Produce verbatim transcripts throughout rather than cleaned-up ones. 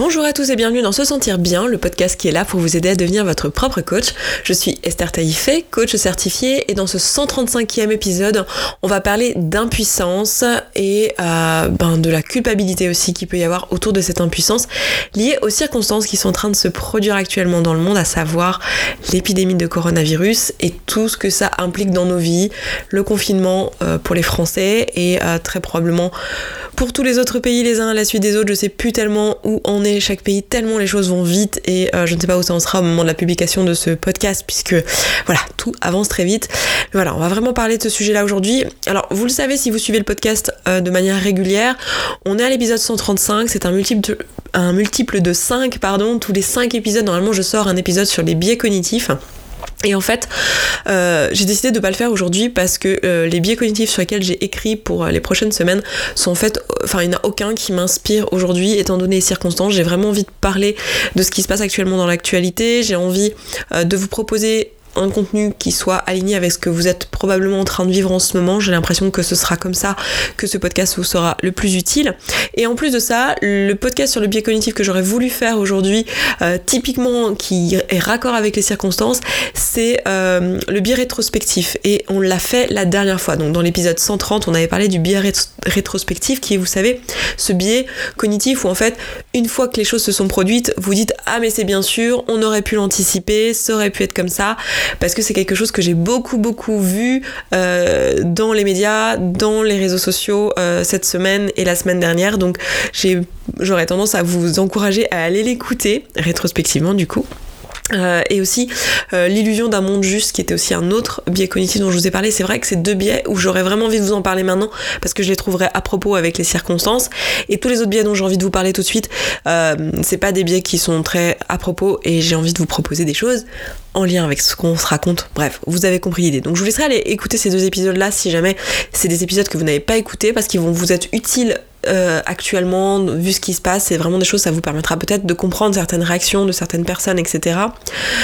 Bonjour à tous et bienvenue dans Se Sentir Bien, le podcast qui est là pour vous aider à devenir votre propre coach. Je suis Esther Taïfé, coach certifiée, et dans ce cent trente-cinquième épisode, on va parler d'impuissance et euh, ben, de la culpabilité aussi qu'il peut y avoir autour de cette impuissance liée aux circonstances qui sont en train de se produire actuellement dans le monde, à savoir l'épidémie de coronavirus et tout ce que ça implique dans nos vies, le confinement euh, pour les Français et euh, très probablement pour tous les autres pays les uns à la suite des autres. Je sais plus tellement où en est chaque pays, tellement les choses vont vite et euh, je ne sais pas où ça en sera au moment de la publication de ce podcast puisque voilà, tout avance très vite. Mais voilà, on va vraiment parler de ce sujet-là aujourd'hui. Alors, vous le savez si vous suivez le podcast euh, de manière régulière, on est à l'épisode cent trente-cinq, c'est un multiple de, un multiple de cinq, pardon, tous les cinq épisodes, normalement je sors un épisode sur les biais cognitifs. Et en fait, euh, j'ai décidé de pas le faire aujourd'hui parce que euh, les biais cognitifs sur lesquels j'ai écrit pour euh, les prochaines semaines sont en fait, enfin il n'y en a aucun qui m'inspire aujourd'hui étant donné les circonstances. J'ai vraiment envie de parler de ce qui se passe actuellement dans l'actualité, j'ai envie euh, de vous proposer un contenu qui soit aligné avec ce que vous êtes probablement en train de vivre en ce moment. J'ai l'impression que ce sera comme ça que ce podcast vous sera le plus utile. Et en plus de ça, le podcast sur le biais cognitif que j'aurais voulu faire aujourd'hui, euh, typiquement qui est raccord avec les circonstances, c'est euh, le biais rétrospectif. Et on l'a fait la dernière fois. Donc dans l'épisode cent trente, on avait parlé du biais rét- rétrospectif qui est, vous savez, ce biais cognitif où en fait, une fois que les choses se sont produites, vous dites « Ah mais c'est bien sûr, on aurait pu l'anticiper, ça aurait pu être comme ça ». Parce que c'est quelque chose que j'ai beaucoup beaucoup vu euh, dans les médias, dans les réseaux sociaux euh, cette semaine et la semaine dernière, donc j'ai, j'aurais tendance à vous encourager à aller l'écouter, rétrospectivement du coup. Euh, et aussi euh, l'illusion d'un monde juste qui était aussi un autre biais cognitif dont je vous ai parlé. C'est vrai que c'est deux biais où j'aurais vraiment envie de vous en parler maintenant parce que je les trouverais à propos avec les circonstances, et tous les autres biais dont j'ai envie de vous parler tout de suite euh, c'est pas des biais qui sont très à propos et j'ai envie de vous proposer des choses en lien avec ce qu'on se raconte. Bref, vous avez compris l'idée. Donc je vous laisserai aller écouter ces deux épisodes là si jamais c'est des épisodes que vous n'avez pas écoutés parce qu'ils vont vous être utiles Euh, actuellement, vu ce qui se passe. C'est vraiment des choses, ça vous permettra peut-être de comprendre certaines réactions de certaines personnes, et cetera.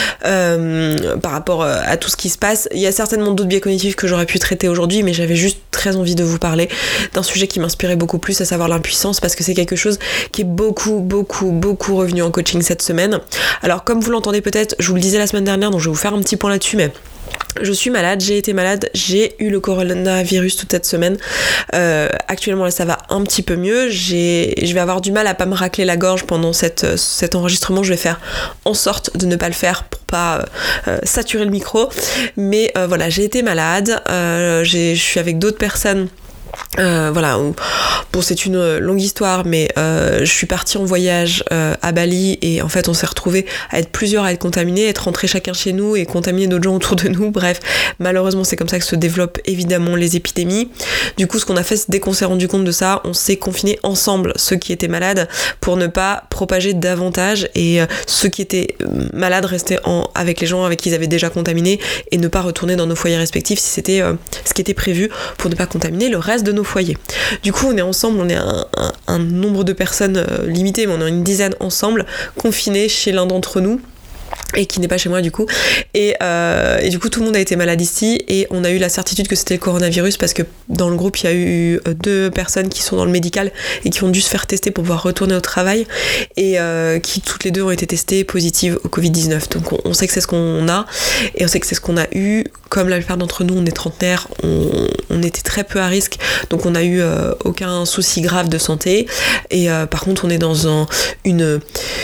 Euh, par rapport à tout ce qui se passe. Il y a certainement d'autres biais cognitifs que j'aurais pu traiter aujourd'hui, mais j'avais juste très envie de vous parler d'un sujet qui m'inspirait beaucoup plus, à savoir l'impuissance, parce que c'est quelque chose qui est beaucoup, beaucoup, beaucoup revenu en coaching cette semaine. Alors, comme vous l'entendez peut-être, je vous le disais la semaine dernière, donc je vais vous faire un petit point là-dessus, mais je suis malade, j'ai été malade, j'ai eu le coronavirus toute cette semaine. Euh, actuellement là ça va un petit peu mieux. J'ai, je vais avoir du mal à pas me racler la gorge pendant cette, cet enregistrement. Je vais faire en sorte de ne pas le faire pour pas euh, saturer le micro. Mais euh, voilà, j'ai été malade. Euh, j'ai, je suis avec d'autres personnes. Euh, voilà, bon c'est une longue histoire, mais euh, je suis partie en voyage euh, à Bali et en fait on s'est retrouvés à être plusieurs à être contaminés, être rentrés chacun chez nous et contaminer d'autres gens autour de nous. Bref, malheureusement c'est comme ça que se développent évidemment les épidémies. Du coup ce qu'on a fait, c'est dès qu'on s'est rendu compte de ça, on s'est confinés ensemble, ceux qui étaient malades, pour ne pas propager davantage, et euh, ceux qui étaient malades restaient en, avec les gens avec qui ils avaient déjà contaminé et ne pas retourner dans nos foyers respectifs si c'était euh, ce qui était prévu, pour ne pas contaminer le reste de nos foyers. Du coup on est ensemble, on est un, un, un nombre de personnes euh, limité, mais on est une dizaine ensemble, confinés chez l'un d'entre nous, et qui n'est pas chez moi du coup, et, euh, et du coup tout le monde a été malade ici, et on a eu la certitude que c'était le coronavirus parce que dans le groupe il y a eu deux personnes qui sont dans le médical et qui ont dû se faire tester pour pouvoir retourner au travail, et euh, qui toutes les deux ont été testées positives au covid dix-neuf. Donc on, on sait que c'est ce qu'on a, et on sait que c'est ce qu'on a eu. Comme la plupart d'entre nous on est trentenaires, on, on était très peu à risque, donc on n'a eu euh, aucun souci grave de santé, et euh, par contre on est dans un, une,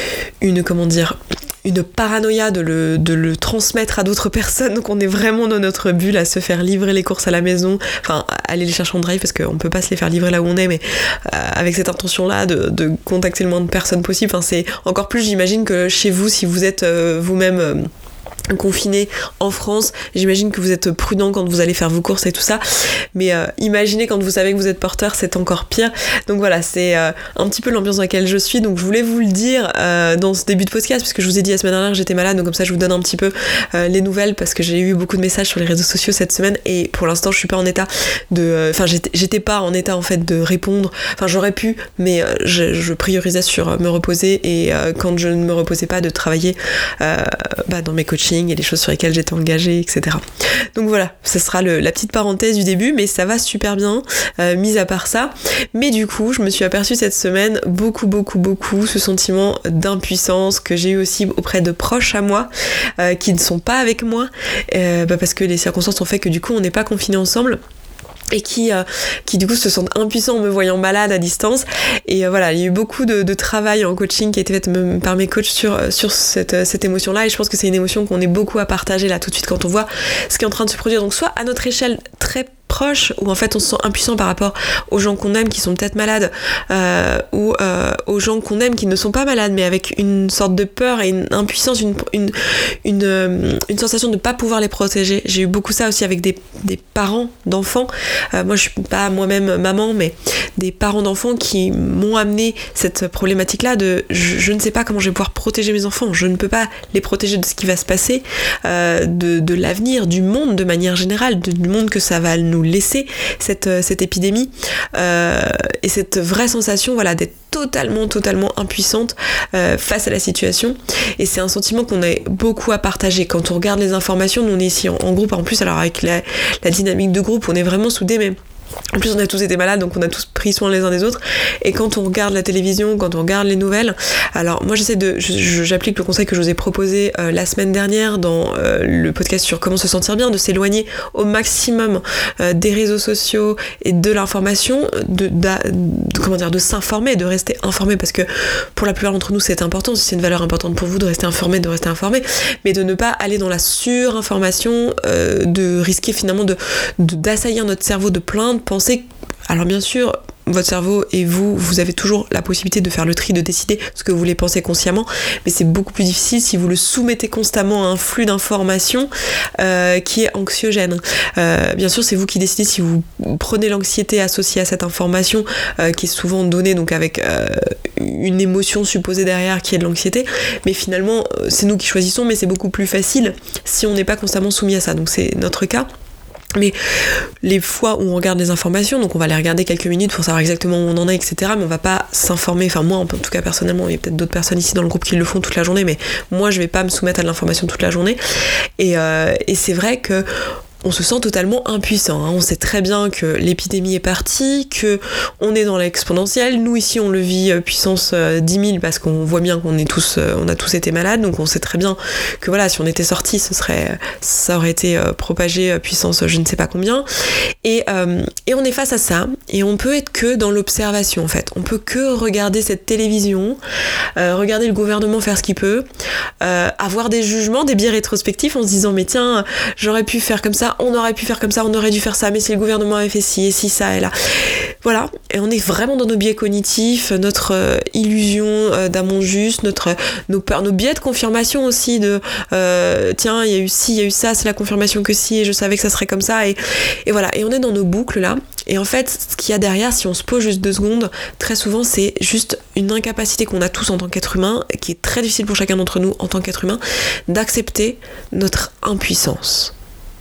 une comment dire une paranoïa de le, de le transmettre à d'autres personnes, donc on est vraiment dans notre bulle à se faire livrer les courses à la maison, enfin aller les chercher en drive parce qu'on peut pas se les faire livrer là où on est, mais euh, avec cette intention là de, de contacter le moins de personnes possible. Enfin c'est encore plus, j'imagine, que chez vous, si vous êtes euh, vous-même euh, confiné en France, j'imagine que vous êtes prudent quand vous allez faire vos courses et tout ça, mais euh, imaginez quand vous savez que vous êtes porteur, c'est encore pire. Donc voilà, c'est euh, un petit peu l'ambiance dans laquelle je suis, donc je voulais vous le dire euh, dans ce début de podcast, parce que je vous ai dit la semaine dernière que j'étais malade, donc comme ça je vous donne un petit peu euh, les nouvelles, parce que j'ai eu beaucoup de messages sur les réseaux sociaux cette semaine, et pour l'instant je suis pas en état de, enfin euh, j'étais, j'étais pas en état en fait de répondre, enfin j'aurais pu, mais euh, je, je priorisais sur me reposer, et euh, quand je ne me reposais pas, de travailler euh, bah, dans mes coachings coaching et les choses sur lesquelles j'étais engagée, et cetera. Donc voilà, ce sera le, la petite parenthèse du début, mais ça va super bien, euh, mis à part ça. Mais du coup, je me suis aperçue cette semaine beaucoup, beaucoup, beaucoup ce sentiment d'impuissance que j'ai eu aussi auprès de proches à moi, euh, qui ne sont pas avec moi, euh, bah parce que les circonstances ont fait que du coup, on n'est pas confinés ensemble. Et qui, euh, qui du coup se sentent impuissants en me voyant malade à distance. Et euh, voilà, il y a eu beaucoup de, de travail en coaching qui a été fait me, par mes coachs sur, sur cette, cette émotion-là. Et je pense que c'est une émotion qu'on est beaucoup à partager là tout de suite quand on voit ce qui est en train de se produire. Donc soit à notre échelle très proche, où en fait on se sent impuissant par rapport aux gens qu'on aime qui sont peut-être malades, euh, ou euh, aux gens qu'on aime qui ne sont pas malades, mais avec une sorte de peur et une impuissance, une, une, une, euh, une sensation de ne pas pouvoir les protéger. J'ai eu beaucoup ça aussi avec des, des parents d'enfants. Euh, moi je suis pas moi-même maman, mais des parents d'enfants qui m'ont amené cette problématique-là de je, je ne sais pas comment je vais pouvoir protéger mes enfants, je ne peux pas les protéger de ce qui va se passer, euh, de, de l'avenir, du monde de manière générale, de, du monde que ça va nous laisser cette, cette épidémie, euh, et cette vraie sensation voilà, d'être totalement, totalement impuissante euh, face à la situation. Et c'est un sentiment qu'on a beaucoup à partager. Quand on regarde les informations, nous on est ici en, en groupe, en plus alors avec la, la dynamique de groupe, on est vraiment soudés, mais en plus on a tous été malades, donc on a tous pris soin les uns des autres. Et quand on regarde la télévision, quand on regarde les nouvelles, alors moi j'essaie de, je, j'applique le conseil que je vous ai proposé euh, la semaine dernière dans euh, le podcast sur comment se sentir bien, de s'éloigner au maximum euh, des réseaux sociaux et de l'information, de, de, de comment dire, de s'informer, de rester informé, parce que pour la plupart d'entre nous c'est important, si c'est une valeur importante pour vous de rester informé, de rester informé, mais de ne pas aller dans la surinformation, euh, de risquer finalement de, de d'assaillir notre cerveau de plein de pensées. Alors bien sûr, votre cerveau et vous, vous avez toujours la possibilité de faire le tri, de décider ce que vous voulez penser consciemment, mais c'est beaucoup plus difficile si vous le soumettez constamment à un flux d'informations euh, qui est anxiogène. Euh, bien sûr, c'est vous qui décidez si vous prenez l'anxiété associée à cette information euh, qui est souvent donnée donc avec euh, une émotion supposée derrière qui est de l'anxiété, mais finalement c'est nous qui choisissons, mais c'est beaucoup plus facile si on n'est pas constamment soumis à ça, donc c'est notre cas. Mais les fois où on regarde les informations, donc on va les regarder quelques minutes pour savoir exactement où on en est, et cetera. Mais on va pas s'informer, enfin moi en tout cas personnellement, il y a peut-être d'autres personnes ici dans le groupe qui le font toute la journée, mais moi je vais pas me soumettre à de l'information toute la journée. Et, euh, et c'est vrai que on se sent totalement impuissant, hein. On sait très bien que l'épidémie est partie, que on est dans l'exponentiel. Nous ici on le vit puissance euh, dix mille parce qu'on voit bien qu'on est tous, euh, on a tous été malades, donc on sait très bien que voilà, si on était sortis, ce serait, ça aurait été euh, propagé euh, puissance je ne sais pas combien. Et, euh, et on est face à ça, et on peut être que dans l'observation en fait. On peut que regarder cette télévision, euh, regarder le gouvernement faire ce qu'il peut, euh, avoir des jugements, des biais rétrospectifs en se disant mais tiens, j'aurais pu faire comme ça, on aurait pu faire comme ça, on aurait dû faire ça, mais si le gouvernement avait fait ci et si ça et là. Voilà, et on est vraiment dans nos biais cognitifs, notre euh, illusion euh, d'un monde juste, notre, euh, nos peurs, nos biais de confirmation aussi de euh, tiens, il y a eu ci, il y a eu ça, c'est la confirmation que si, et je savais que ça serait comme ça, et, et voilà, et on est dans nos boucles là. Et en fait, ce qu'il y a derrière, si on se pose juste deux secondes, très souvent c'est juste une incapacité qu'on a tous en tant qu'être humain, qui est très difficile pour chacun d'entre nous en tant qu'être humain, d'accepter notre impuissance.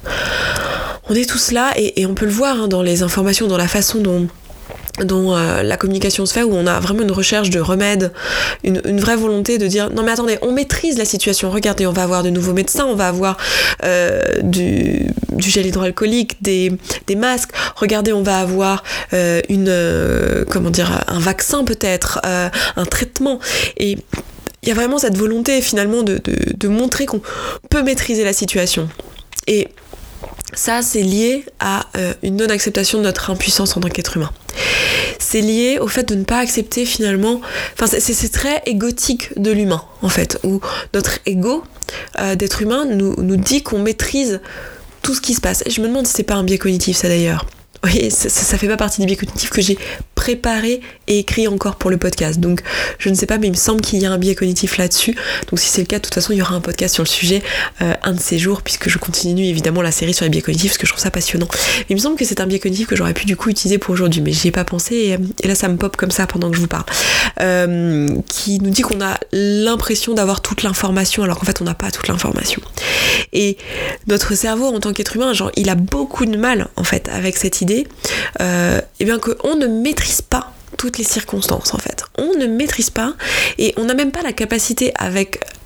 On est tous là et, et on peut le voir hein, dans les informations, dans la façon dont, dont euh, la communication se fait, où on a vraiment une recherche de remèdes, une, une vraie volonté de dire non mais attendez, on maîtrise la situation, regardez, on va avoir de nouveaux médecins, on va avoir euh, du, du gel hydroalcoolique, des, des masques, regardez, on va avoir euh, une euh, comment dire, un vaccin peut-être, euh, un traitement, et il y a vraiment cette volonté finalement de, de, de montrer qu'on peut maîtriser la situation. Et ça, c'est lié à euh, une non-acceptation de notre impuissance en tant qu'être humain. C'est lié au fait de ne pas accepter finalement... Enfin, c'est, c'est, c'est très égotique de l'humain, en fait, où notre ego euh, d'être humain nous, nous dit qu'on maîtrise tout ce qui se passe. Et je me demande si c'est pas un biais cognitif, ça d'ailleurs. Oui, ça, ça fait pas partie des biais cognitifs que j'ai préparé et écrit encore pour le podcast. Donc, je ne sais pas, mais il me semble qu'il y a un biais cognitif là-dessus. Donc, si c'est le cas, de toute façon, il y aura un podcast sur le sujet euh, un de ces jours, puisque je continue évidemment la série sur les biais cognitifs, parce que je trouve ça passionnant. Mais il me semble que c'est un biais cognitif que j'aurais pu du coup utiliser pour aujourd'hui, mais j'y ai pas pensé, et, et là, ça me pop comme ça pendant que je vous parle. Euh, qui nous dit qu'on a l'impression d'avoir toute l'information, alors qu'en fait, on n'a pas toute l'information. Et notre cerveau, en tant qu'être humain, genre, il a beaucoup de mal, en fait, avec cette idée Euh, et bien qu'on ne maîtrise pas toutes les circonstances en fait. On ne maîtrise pas et on n'a même pas la capacité avec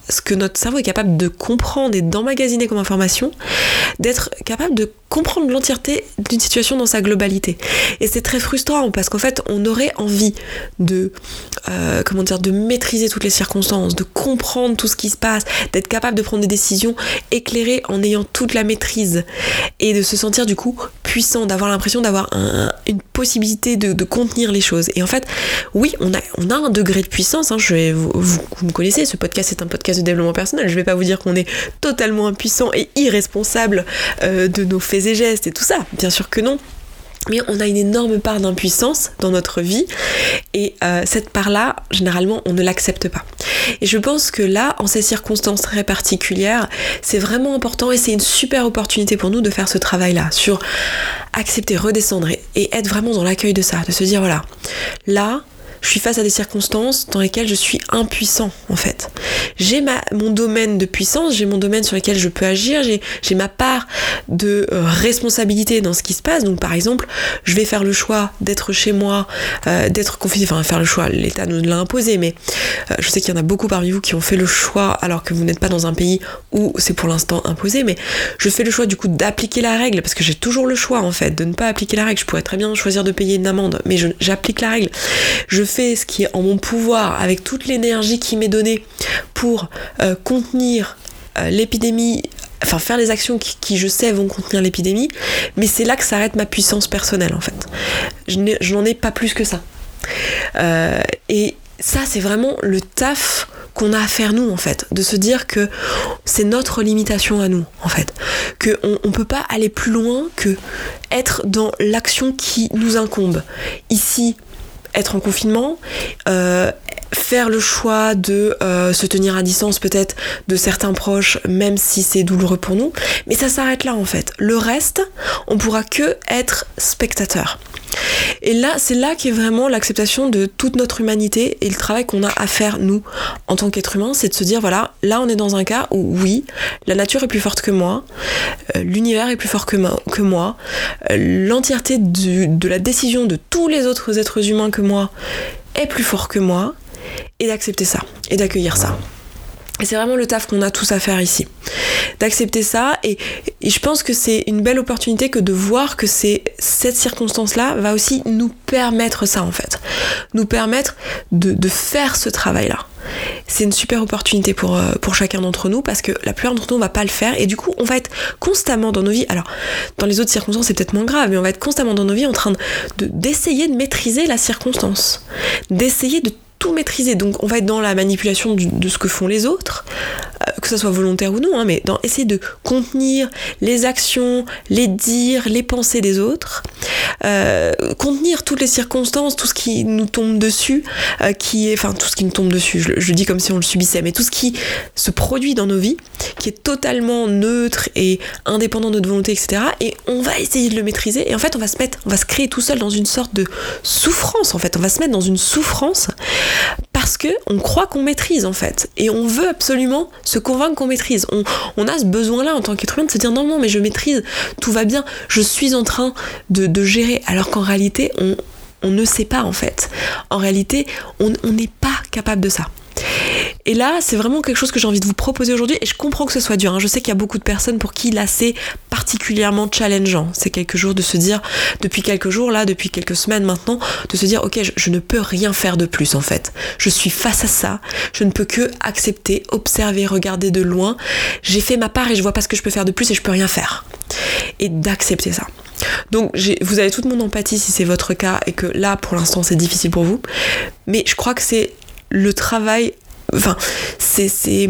ce que notre cerveau est capable de comprendre et d'emmagasiner comme information, d'être capable de comprendre l'entièreté d'une situation dans sa globalité. Et c'est très frustrant parce qu'en fait, on aurait envie de, euh, comment dire, de maîtriser toutes les circonstances, de comprendre tout ce qui se passe, d'être capable de prendre des décisions éclairées en ayant toute la maîtrise et de se sentir du coup puissant, d'avoir l'impression d'avoir un, une possibilité de, de contenir les choses. Et en fait, oui, on a, on a un degré de puissance. Hein, je vais, vous, vous, vous me connaissez, ce podcast est un podcast de développement personnel. Je vais pas vous dire qu'on est totalement impuissant et irresponsable euh, de nos faits et gestes et tout ça, bien sûr que non, mais on a une énorme part d'impuissance dans notre vie et euh, cette part-là, généralement, on ne l'accepte pas. Et je pense que là, en ces circonstances très particulières, c'est vraiment important et c'est une super opportunité pour nous de faire ce travail-là, sur accepter, redescendre et, et être vraiment dans l'accueil de ça, de se dire voilà, là, je suis face à des circonstances dans lesquelles je suis impuissant en fait. J'ai ma, mon domaine de puissance, j'ai mon domaine sur lequel je peux agir, j'ai, j'ai ma part de euh, responsabilité dans ce qui se passe. Donc par exemple, je vais faire le choix d'être chez moi, euh, d'être confiné, enfin faire le choix, l'État nous l'a imposé, mais euh, je sais qu'il y en a beaucoup parmi vous qui ont fait le choix alors que vous n'êtes pas dans un pays où c'est pour l'instant imposé, mais je fais le choix du coup d'appliquer la règle, parce que j'ai toujours le choix en fait de ne pas appliquer la règle. Je pourrais très bien choisir de payer une amende, mais je, j'applique la règle. Je fais ce qui est en mon pouvoir avec toute l'énergie qui m'est donnée pour euh, contenir euh, l'épidémie, enfin faire les actions qui, qui je sais vont contenir l'épidémie, mais c'est là que s'arrête ma puissance personnelle en fait. Je, n'ai, je n'en ai pas plus que ça. Euh, et ça c'est vraiment le taf qu'on a à faire nous en fait, de se dire que c'est notre limitation à nous en fait, qu'on on peut pas aller plus loin que être dans l'action qui nous incombe. Ici, être en confinement, euh, faire le choix de euh, se tenir à distance peut-être de certains proches, même si c'est douloureux pour nous, mais ça s'arrête là en fait. Le reste, on pourra que être spectateur. Et là, c'est là qu'est vraiment l'acceptation de toute notre humanité et le travail qu'on a à faire, nous, en tant qu'être humain, c'est de se dire, voilà, là on est dans un cas où, oui, la nature est plus forte que moi, euh, l'univers est plus fort que, ma, que moi, euh, l'entièreté du, de la décision de tous les autres êtres humains que moi est plus fort que moi, et d'accepter ça, et d'accueillir ça. Et c'est vraiment le taf qu'on a tous à faire ici, d'accepter ça, et, et je pense que c'est une belle opportunité que de voir que c'est, cette circonstance-là va aussi nous permettre ça en fait, nous permettre de, de faire ce travail-là. C'est une super opportunité pour, pour chacun d'entre nous, parce que la plupart d'entre nous on va pas le faire, et du coup on va être constamment dans nos vies, alors dans les autres circonstances c'est peut-être moins grave, mais on va être constamment dans nos vies en train de, de, d'essayer de maîtriser la circonstance, d'essayer de tout maîtriser. Donc on va être dans la manipulation du, de ce que font les autres, euh, que ça soit volontaire ou non, hein, mais dans essayer de contenir les actions, les dires, les pensées des autres, euh, contenir toutes les circonstances, tout ce qui nous tombe dessus, euh, qui est, enfin tout ce qui nous tombe dessus, je, je dis comme si on le subissait, mais tout ce qui se produit dans nos vies, qui est totalement neutre et indépendant de notre volonté, et cetera. Et on va essayer de le maîtriser, et en fait on va se mettre, on va se créer tout seul dans une sorte de souffrance, en fait, on va se mettre dans une souffrance parce que on croit qu'on maîtrise en fait, et on veut absolument se convaincre qu'on maîtrise. On, on a ce besoin-là en tant qu'être humain de se dire non non mais je maîtrise, tout va bien, je suis en train de, de gérer, alors qu'en réalité on, on ne sait pas en fait. En réalité on n'est pas capable de ça. Et là, c'est vraiment quelque chose que j'ai envie de vous proposer aujourd'hui, et je comprends que ce soit dur, hein. Je sais qu'il y a beaucoup de personnes pour qui là c'est particulièrement challengeant, ces quelques jours, de se dire, depuis quelques jours là, depuis quelques semaines maintenant, de se dire ok, je, je ne peux rien faire de plus en fait, je suis face à ça, je ne peux que accepter, observer, regarder de loin, j'ai fait ma part et je vois pas ce que je peux faire de plus et je peux rien faire, et d'accepter ça. Donc j'ai, vous avez toute mon empathie si c'est votre cas et que là pour l'instant c'est difficile pour vous, mais je crois que c'est le travail, enfin c'est, c'est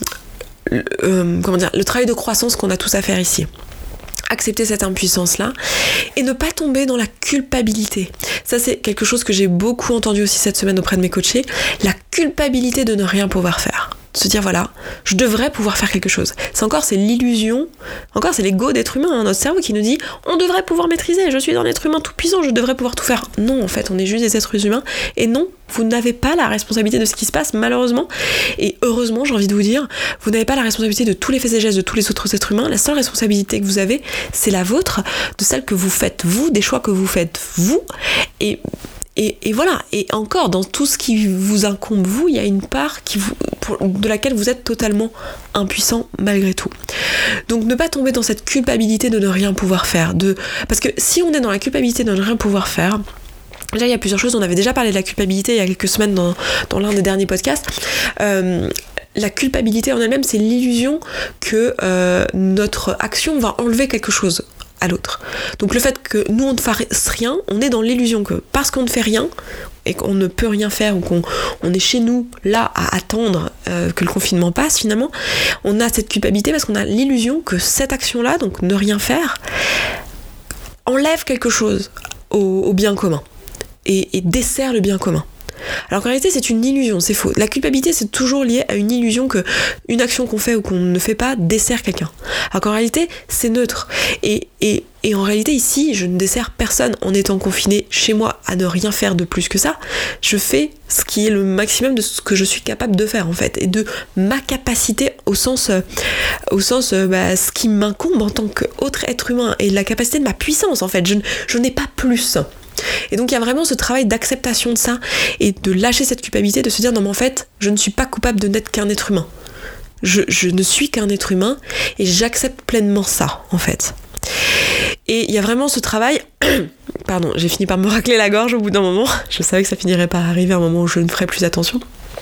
euh, comment dire, le travail de croissance qu'on a tous à faire ici. Accepter cette impuissance-là et ne pas tomber dans la culpabilité. Ça, c'est quelque chose que j'ai beaucoup entendu aussi cette semaine auprès de mes coachés, la culpabilité de ne rien pouvoir faire. Se dire voilà, je devrais pouvoir faire quelque chose. C'est encore, c'est l'illusion, encore c'est l'ego d'être humain, hein, notre cerveau qui nous dit on devrait pouvoir maîtriser, je suis un être humain tout puissant, je devrais pouvoir tout faire. Non, en fait, on est juste des êtres humains, et non, vous n'avez pas la responsabilité de ce qui se passe, malheureusement, et heureusement, j'ai envie de vous dire, vous n'avez pas la responsabilité de tous les faits et gestes de tous les autres êtres humains. La seule responsabilité que vous avez, c'est la vôtre, de celle que vous faites vous, des choix que vous faites vous, et et, et voilà, et encore, dans tout ce qui vous incombe, vous, il y a une part qui vous, pour, de laquelle vous êtes totalement impuissant malgré tout. Donc ne pas tomber dans cette culpabilité de ne rien pouvoir faire. De... Parce que si on est dans la culpabilité de ne rien pouvoir faire, déjà il y a plusieurs choses, on avait déjà parlé de la culpabilité il y a quelques semaines dans, dans l'un des derniers podcasts. Euh, la culpabilité en elle-même, c'est l'illusion que euh, notre action va enlever quelque chose à l'autre. Donc le fait que nous on ne fasse rien, on est dans l'illusion que parce qu'on ne fait rien et qu'on ne peut rien faire ou qu'on on est chez nous là à attendre euh, que le confinement passe, finalement on a cette culpabilité parce qu'on a l'illusion que cette action-là, donc ne rien faire, enlève quelque chose au, au bien commun et, et dessert le bien commun. Alors qu'en réalité c'est une illusion, c'est faux. La culpabilité c'est toujours lié à une illusion que une action qu'on fait ou qu'on ne fait pas dessert quelqu'un. Alors qu'en réalité c'est neutre. Et, et, et en réalité ici je ne dessert personne en étant confiné chez moi à ne rien faire de plus que ça. Je fais ce qui est le maximum de ce que je suis capable de faire en fait. Et de ma capacité au sens, euh, au sens euh, bah, ce qui m'incombe en tant qu'autre être humain et la capacité de ma puissance en fait. Je, je n'ai pas plus. Et donc il y a vraiment ce travail d'acceptation de ça et de lâcher cette culpabilité, de se dire non mais en fait je ne suis pas coupable de n'être qu'un être humain. Je, je ne suis qu'un être humain et j'accepte pleinement ça en fait. Et il y a vraiment ce travail, pardon, j'ai fini par me racler la gorge au bout d'un moment, je savais que ça finirait par arriver à un moment où je ne ferais plus attention.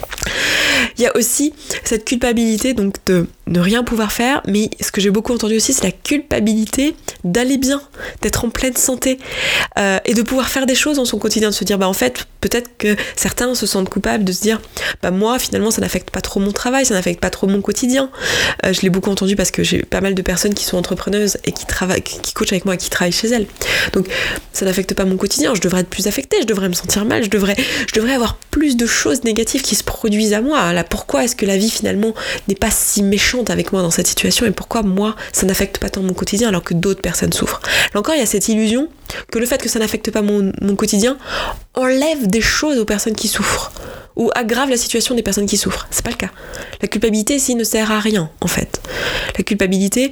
Il y a aussi cette culpabilité donc de ne rien pouvoir faire, mais ce que j'ai beaucoup entendu aussi c'est la culpabilité d'aller bien, d'être en pleine santé euh, et de pouvoir faire des choses dans son quotidien, de se dire bah en fait peut-être que certains se sentent coupables de se dire bah moi finalement ça n'affecte pas trop mon travail, ça n'affecte pas trop mon quotidien. Euh, je l'ai beaucoup entendu parce que j'ai pas mal de personnes qui sont entrepreneuses et qui travaillent, qui coachent avec moi et qui travaillent chez elles. Donc ça n'affecte pas mon quotidien, je devrais être plus affectée, je devrais me sentir mal, je devrais, je devrais avoir plus de choses négatives qui se produisent à moi. Là, pourquoi est-ce que la vie finalement n'est pas si méchante avec moi dans cette situation et pourquoi moi ça n'affecte pas tant mon quotidien alors que d'autres personnes souffrent. Là encore il y a cette illusion que le fait que ça n'affecte pas mon, mon quotidien enlève des choses aux personnes qui souffrent ou aggrave la situation des personnes qui souffrent. C'est pas le cas. La culpabilité ici ne sert à rien en fait. La culpabilité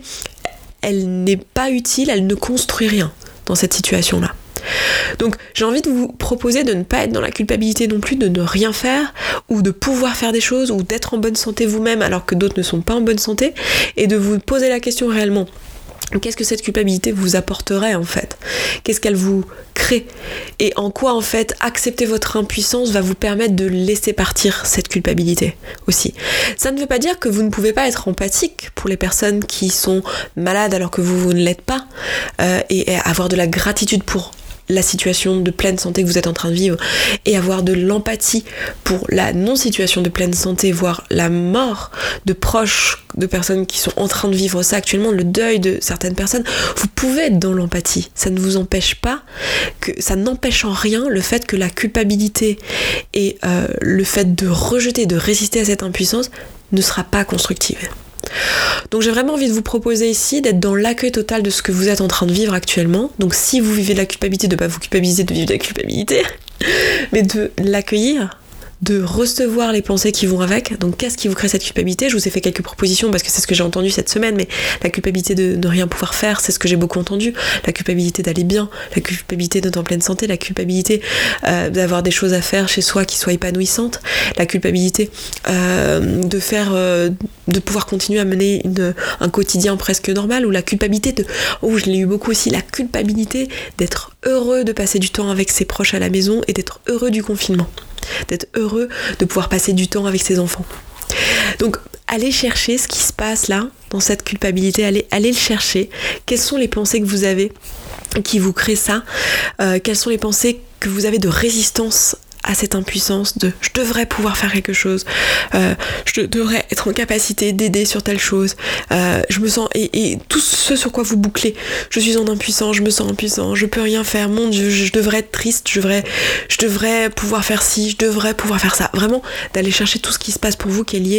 elle n'est pas utile, elle ne construit rien dans cette situation là. Donc j'ai envie de vous proposer de ne pas être dans la culpabilité non plus, de ne rien faire ou de pouvoir faire des choses ou d'être en bonne santé vous-même alors que d'autres ne sont pas en bonne santé et de vous poser la question réellement. Qu'est-ce que cette culpabilité vous apporterait en fait ? Qu'est-ce qu'elle vous crée ? Et en quoi en fait accepter votre impuissance va vous permettre de laisser partir cette culpabilité aussi. Ça ne veut pas dire que vous ne pouvez pas être empathique pour les personnes qui sont malades alors que vous, vous ne l'êtes pas euh, et, et avoir de la gratitude pour la situation de pleine santé que vous êtes en train de vivre et avoir de l'empathie pour la non-situation de pleine santé, voire la mort de proches de personnes qui sont en train de vivre ça actuellement, le deuil de certaines personnes. Vous pouvez être dans l'empathie, ça ne vous empêche pas, que ça n'empêche en rien le fait que la culpabilité et euh, le fait de rejeter, de résister à cette impuissance ne sera pas constructive. Donc j'ai vraiment envie de vous proposer ici d'être dans l'accueil total de ce que vous êtes en train de vivre actuellement. Donc si vous vivez de la culpabilité, de ne pas vous culpabiliser de vivre de la culpabilité, mais de l'accueillir, de recevoir les pensées qui vont avec. Donc qu'est-ce qui vous crée cette culpabilité ? Je vous ai fait quelques propositions parce que c'est ce que j'ai entendu cette semaine, mais la culpabilité de ne rien pouvoir faire, c'est ce que j'ai beaucoup entendu. La culpabilité d'aller bien, la culpabilité d'être en pleine santé, la culpabilité euh, d'avoir des choses à faire chez soi qui soient épanouissantes, la culpabilité euh, de faire, euh, de pouvoir continuer à mener une, un quotidien presque normal, ou la culpabilité de, oh je l'ai eu beaucoup aussi, la culpabilité d'être heureux de passer du temps avec ses proches à la maison et d'être heureux du confinement. D'être heureux de pouvoir passer du temps avec ses enfants. Donc allez chercher ce qui se passe là dans cette culpabilité, allez, allez le chercher. Quelles sont les pensées que vous avez qui vous créent ça ? euh, Quelles sont les pensées que vous avez de résistance à cette impuissance de je devrais pouvoir faire quelque chose, euh, je devrais être en capacité d'aider sur telle chose, euh, je me sens, et, et tout ce sur quoi vous bouclez, je suis en impuissance, je me sens impuissant, je peux rien faire, mon Dieu, je, je devrais être triste, je devrais, je devrais pouvoir faire ci, je devrais pouvoir faire ça. Vraiment d'aller chercher tout ce qui se passe pour vous qui est lié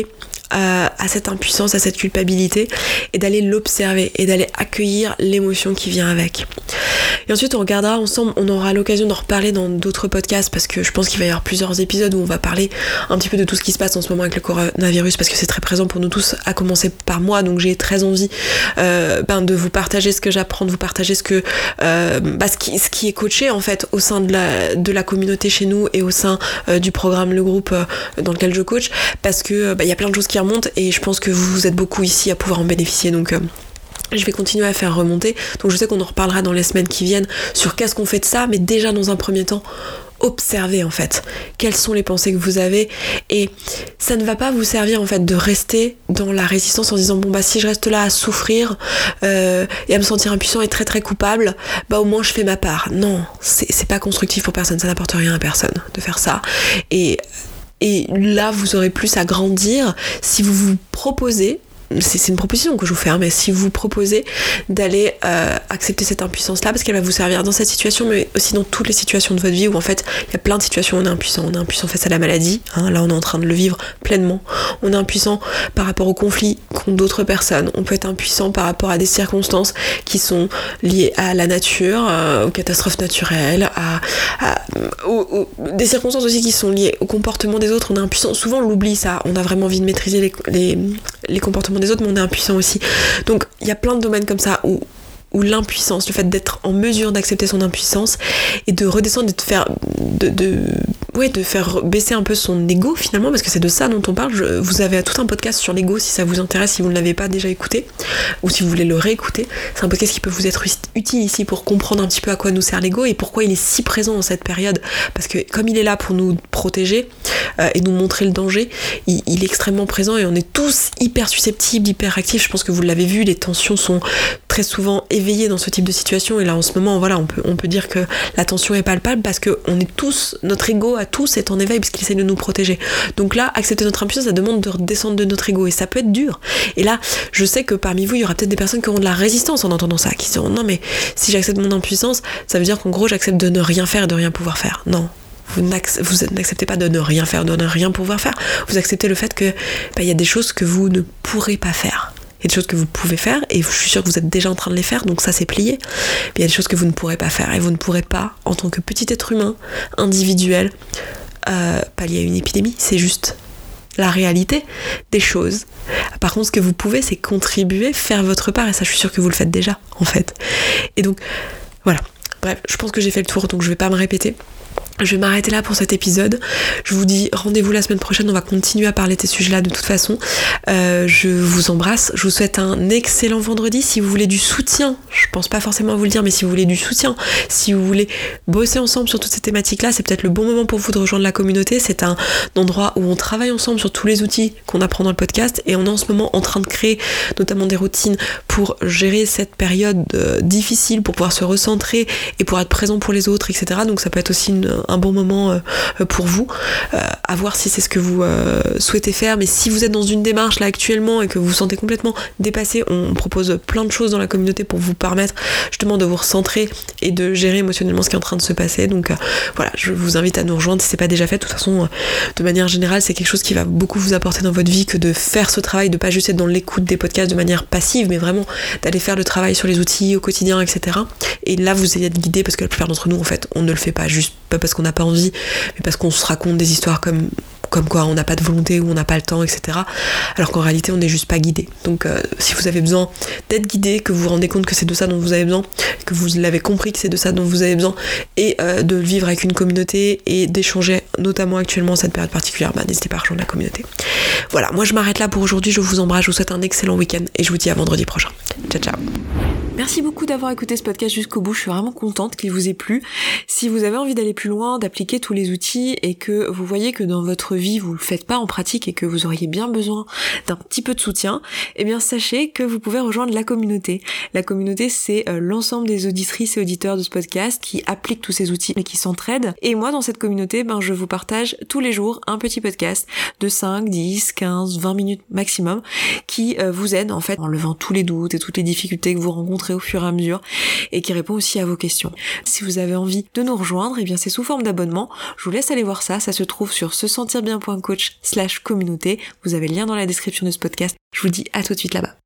euh, à cette impuissance, à cette culpabilité, et d'aller l'observer, et d'aller accueillir l'émotion qui vient avec. Et ensuite on regardera ensemble, on aura l'occasion d'en reparler dans d'autres podcasts, parce que je pense qu'il va y avoir plusieurs épisodes où on va parler un petit peu de tout ce qui se passe en ce moment avec le coronavirus, parce que c'est très présent pour nous tous, à commencer par moi, donc j'ai très envie euh, ben, de vous partager ce que j'apprends, de vous partager ce que euh, bah, ce, qui, ce qui est coaché en fait au sein de la, de la communauté chez nous et au sein euh, du programme Le Groupe euh, dans lequel je coach, parce que bah, y a plein de choses qui remontent et je pense que vous, vous êtes beaucoup ici à pouvoir en bénéficier, donc euh, je vais continuer à faire remonter, donc je sais qu'on en reparlera dans les semaines qui viennent sur qu'est-ce qu'on fait de ça, mais déjà dans un premier temps, observez en fait quelles sont les pensées que vous avez, et ça ne va pas vous servir en fait de rester dans la résistance en disant bon bah si je reste là à souffrir euh, et à me sentir impuissant et très très coupable, bah au moins je fais ma part. Non, c'est, c'est pas constructif pour personne, ça n'apporte rien à personne de faire ça, et, et là vous aurez plus à grandir si vous vous proposez. C'est, c'est une proposition que je vous fais, hein, mais si vous vous proposez d'aller euh, accepter cette impuissance-là, parce qu'elle va vous servir dans cette situation, mais aussi dans toutes les situations de votre vie où en fait il y a plein de situations où on est impuissant. On est impuissant face à la maladie, hein, là on est en train de le vivre pleinement. On est impuissant par rapport aux conflits contre d'autres personnes. On peut être impuissant par rapport à des circonstances qui sont liées à la nature, euh, aux catastrophes naturelles, à, à aux, aux, des circonstances aussi qui sont liées au comportement des autres. On est impuissant. Souvent on l'oublie ça. On a vraiment envie de maîtriser les, les, les comportements des autres, mais on est impuissant aussi. Donc il y a plein de domaines comme ça où, où l'impuissance, le fait d'être en mesure d'accepter son impuissance et de redescendre et de faire de, de, ouais, de faire baisser un peu son ego finalement, parce que c'est de ça dont on parle. Je, vous avez tout un podcast sur l'ego si ça vous intéresse, si vous ne l'avez pas déjà écouté ou si vous voulez le réécouter. C'est un podcast qui peut vous être utile ici pour comprendre un petit peu à quoi nous sert l'ego et pourquoi il est si présent en cette période, parce que comme il est là pour nous protéger euh, et nous montrer le danger, il, il est extrêmement présent et on est tous hyper susceptibles, hyper actifs. Je pense que vous l'avez vu, les tensions sont très souvent éveillées dans ce type de situation, et là en ce moment voilà, on peut, on peut dire que la tension est palpable parce que on est tous, notre ego à tous est en éveil parce qu'il essaie de nous protéger. Donc là, accepter notre impuissance, ça demande de redescendre de notre ego et ça peut être dur. Et là, je sais que parmi vous, il y aura peut-être des personnes qui auront de la résistance en entendant ça, qui se diront non mais si j'accepte mon impuissance, ça veut dire qu'en gros j'accepte de ne rien faire et de rien pouvoir faire. Non. Vous, vous n'acceptez pas de ne rien faire, de ne rien pouvoir faire. Vous acceptez le fait que bah, y a des choses que vous ne pourrez pas faire. Il y a des choses que vous pouvez faire, et je suis sûre que vous êtes déjà en train de les faire, donc ça c'est plié. Mais il y a des choses que vous ne pourrez pas faire, et vous ne pourrez pas, en tant que petit être humain, individuel, euh, pallier à une épidémie. C'est juste la réalité des choses. Par contre, ce que vous pouvez, c'est contribuer, faire votre part, et ça je suis sûre que vous le faites déjà, en fait. Et donc, voilà. Bref, je pense que j'ai fait le tour, donc je vais pas me répéter. Je vais m'arrêter là pour cet épisode. Je vous dis rendez-vous la semaine prochaine, on va continuer à parler de ces sujets-là de toute façon. Euh, je vous embrasse, je vous souhaite un excellent vendredi. Si vous voulez du soutien, je pense pas forcément à vous le dire, mais si vous voulez du soutien, si vous voulez bosser ensemble sur toutes ces thématiques-là, c'est peut-être le bon moment pour vous de rejoindre la communauté. C'est un endroit où on travaille ensemble sur tous les outils qu'on apprend dans le podcast, et on est en ce moment en train de créer notamment des routines pour gérer cette période euh, difficile, pour pouvoir se recentrer et pour être présent pour les autres, et cetera. Donc ça peut être aussi une un bon moment euh, pour vous, euh, à voir si c'est ce que vous euh, souhaitez faire. Mais si vous êtes dans une démarche là actuellement et que vous vous sentez complètement dépassé, on propose plein de choses dans la communauté pour vous permettre justement de vous recentrer et de gérer émotionnellement ce qui est en train de se passer. Donc euh, voilà, je vous invite à nous rejoindre si c'est pas déjà fait. De toute façon, euh, de manière générale, c'est quelque chose qui va beaucoup vous apporter dans votre vie, que de faire ce travail, de pas juste être dans l'écoute des podcasts de manière passive, mais vraiment d'aller faire le travail sur les outils au quotidien, et cetera. Et là, vous allez être guidé, parce que la plupart d'entre nous, en fait, on ne le fait pas juste pas parce qu'on n'a pas envie, mais parce qu'on se raconte des histoires comme, comme quoi on n'a pas de volonté ou on n'a pas le temps, et cetera. Alors qu'en réalité, on n'est juste pas guidé. Donc euh, si vous avez besoin d'être guidé, que vous vous rendez compte que c'est de ça dont vous avez besoin, que vous l'avez compris que c'est de ça dont vous avez besoin, et euh, de vivre avec une communauté et d'échanger, notamment actuellement en cette période particulière, bah, n'hésitez pas à rejoindre la communauté. Voilà, moi je m'arrête là pour aujourd'hui, je vous embrasse, je vous souhaite un excellent week-end et je vous dis à vendredi prochain. Ciao ciao. Merci beaucoup d'avoir écouté ce podcast jusqu'au bout, je suis vraiment contente qu'il vous ait plu. Si vous avez envie d'aller plus loin, d'appliquer tous les outils, et que vous voyez que dans votre vie vous le faites pas en pratique et que vous auriez bien besoin d'un petit peu de soutien, eh bien sachez que vous pouvez rejoindre la communauté. La communauté, c'est euh, l'ensemble des auditrices et auditeurs de ce podcast qui appliquent tous ces outils et qui s'entraident. Et moi, dans cette communauté, ben je vous partage tous les jours un petit podcast de cinq, dix, quinze, vingt minutes maximum qui euh, vous aide en fait en levant tous les doutes et toutes les difficultés que vous rencontrez montrer au fur et à mesure et qui répond aussi à vos questions. Si vous avez envie de nous rejoindre, eh bien c'est sous forme d'abonnement. Je vous laisse aller voir ça, ça se trouve sur se sentir bien point coach slash communauté. Vous avez le lien dans la description de ce podcast. Je vous dis à tout de suite là-bas.